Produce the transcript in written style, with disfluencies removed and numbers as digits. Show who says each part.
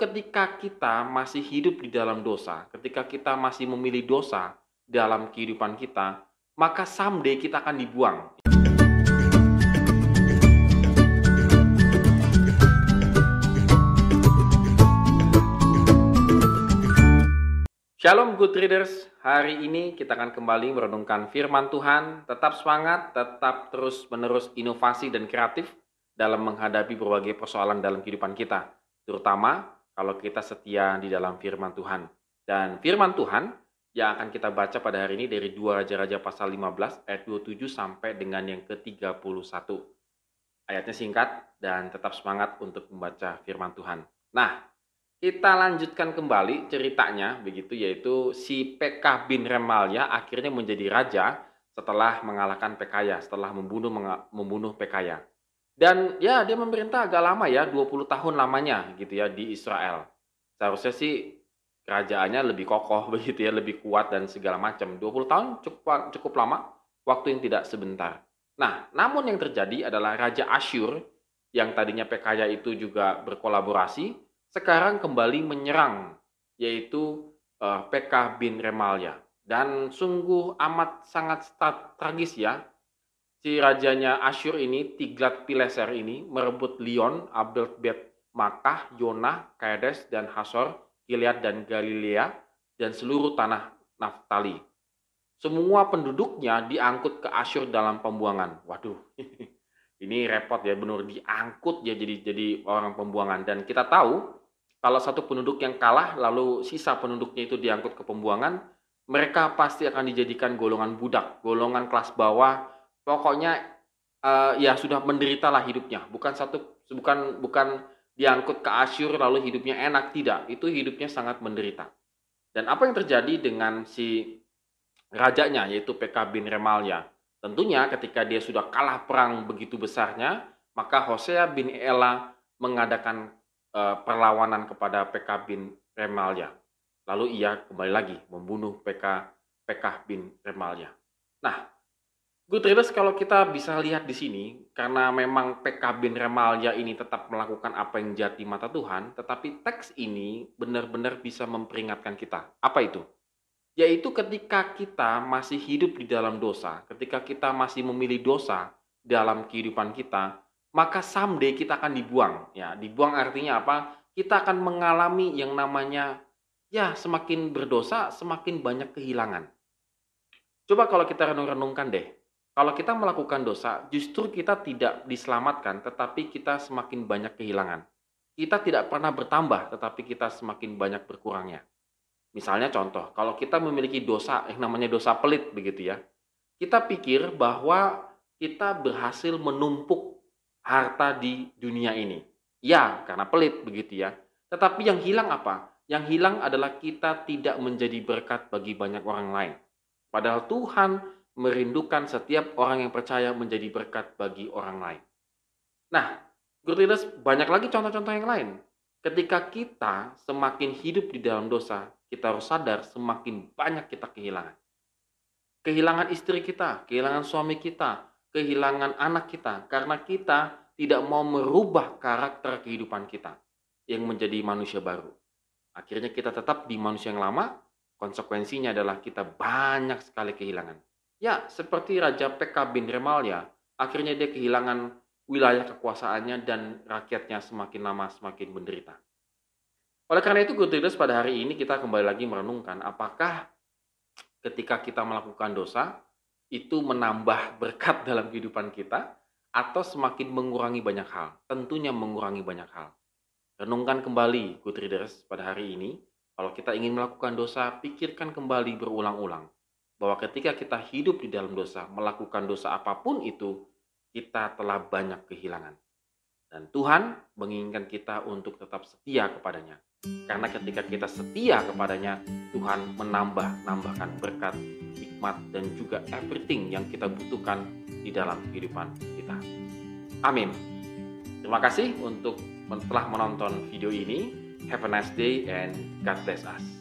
Speaker 1: ketika kita masih hidup di dalam dosa, ketika kita masih memilih dosa dalam kehidupan kita, maka someday kita akan dibuang. Shalom good readers, hari ini kita akan kembali merenungkan firman Tuhan. Tetap semangat, tetap terus menerus inovasi dan kreatif dalam menghadapi berbagai persoalan dalam kehidupan kita, terutama kalau kita setia di dalam firman Tuhan. Dan firman Tuhan yang akan kita baca pada hari ini dari 2 Raja-Raja pasal 15 ayat 27 sampai dengan yang ke-31. Ayatnya singkat dan tetap semangat untuk membaca firman Tuhan. Nah, kita lanjutkan kembali ceritanya begitu, yaitu si Pekah bin Remalia akhirnya menjadi raja setelah mengalahkan Pekaya, setelah membunuh Pekaya. Dan ya dia memerintah agak lama ya, 20 tahun lamanya gitu ya di Israel. Seharusnya sih kerajaannya lebih kokoh begitu ya, lebih kuat dan segala macam. 20 tahun cukup lama, waktu yang tidak sebentar. Nah, namun yang terjadi adalah Raja Asyur yang tadinya Pekaya itu juga berkolaborasi, sekarang kembali menyerang, yaitu Pekah bin Remalia. Dan sungguh amat sangat tragis ya, si rajanya Asyur ini, Tiglat-Pileser ini, merebut Lion, Abel-Bet Makah, Yonah, Kades, dan Hasor, Gilead dan Galilea, dan seluruh tanah Naftali. Semua penduduknya diangkut ke Asyur dalam pembuangan. Waduh, ini repot ya, benar diangkut ya jadi orang pembuangan. Dan kita tahu, kalau satu penduduk yang kalah, lalu sisa penduduknya itu diangkut ke pembuangan, mereka pasti akan dijadikan golongan budak, golongan kelas bawah. Pokoknya ya sudah menderita lah hidupnya. Bukan diangkut ke Asyur lalu hidupnya enak, tidak. Itu hidupnya sangat menderita. Dan apa yang terjadi dengan si rajanya, yaitu Pekah bin Remalia? Tentunya ketika dia sudah kalah perang begitu besarnya, maka Hosea bin Ela mengadakan perlawanan kepada Pekah bin Remalia. Lalu ia kembali lagi membunuh Pekah bin Remalia. Nah, good readers, kalau kita bisa lihat di sini, karena memang Pekah bin Remalia ini tetap melakukan apa yang jahat di mata Tuhan, tetapi teks ini benar-benar bisa memperingatkan kita. Apa itu? Yaitu ketika kita masih hidup di dalam dosa, ketika kita masih memilih dosa dalam kehidupan kita, maka someday kita akan dibuang. Ya, dibuang artinya apa? Kita akan mengalami yang namanya, ya semakin berdosa, semakin banyak kehilangan. Coba kalau kita renung-renungkan deh. Kalau kita melakukan dosa, justru kita tidak diselamatkan, tetapi kita semakin banyak kehilangan. Kita tidak pernah bertambah, tetapi kita semakin banyak berkurangnya. Misalnya contoh, kalau kita memiliki dosa, yang namanya dosa pelit begitu ya. Kita pikir bahwa kita berhasil menumpuk harta di dunia ini. Ya, karena pelit begitu ya. Tetapi yang hilang apa? Yang hilang adalah kita tidak menjadi berkat bagi banyak orang lain. Padahal Tuhan merindukan setiap orang yang percaya menjadi berkat bagi orang lain. Nah, good readers, banyak lagi contoh-contoh yang lain. Ketika kita semakin hidup di dalam dosa, kita harus sadar semakin banyak kita kehilangan. Kehilangan istri kita, kehilangan suami kita, kehilangan anak kita, karena kita tidak mau merubah karakter kehidupan kita yang menjadi manusia baru. Akhirnya kita tetap di manusia yang lama, konsekuensinya adalah kita banyak sekali kehilangan. Ya, seperti Raja Pekah bin Remalia, akhirnya dia kehilangan wilayah kekuasaannya dan rakyatnya semakin lama semakin menderita. Oleh karena itu, good readers, pada hari ini kita kembali lagi merenungkan apakah ketika kita melakukan dosa, itu menambah berkat dalam kehidupan kita, atau semakin mengurangi banyak hal. Tentunya mengurangi banyak hal. Renungkan kembali, good readers, pada hari ini. Kalau kita ingin melakukan dosa, pikirkan kembali berulang-ulang. Bahwa ketika kita hidup di dalam dosa, melakukan dosa apapun itu, kita telah banyak kehilangan. Dan Tuhan menginginkan kita untuk tetap setia kepadanya. Karena ketika kita setia kepadanya, Tuhan menambahkan berkat, hikmat, dan juga everything yang kita butuhkan di dalam kehidupan kita. Amin. Terima kasih untuk telah menonton video ini. Have a nice day and God bless us.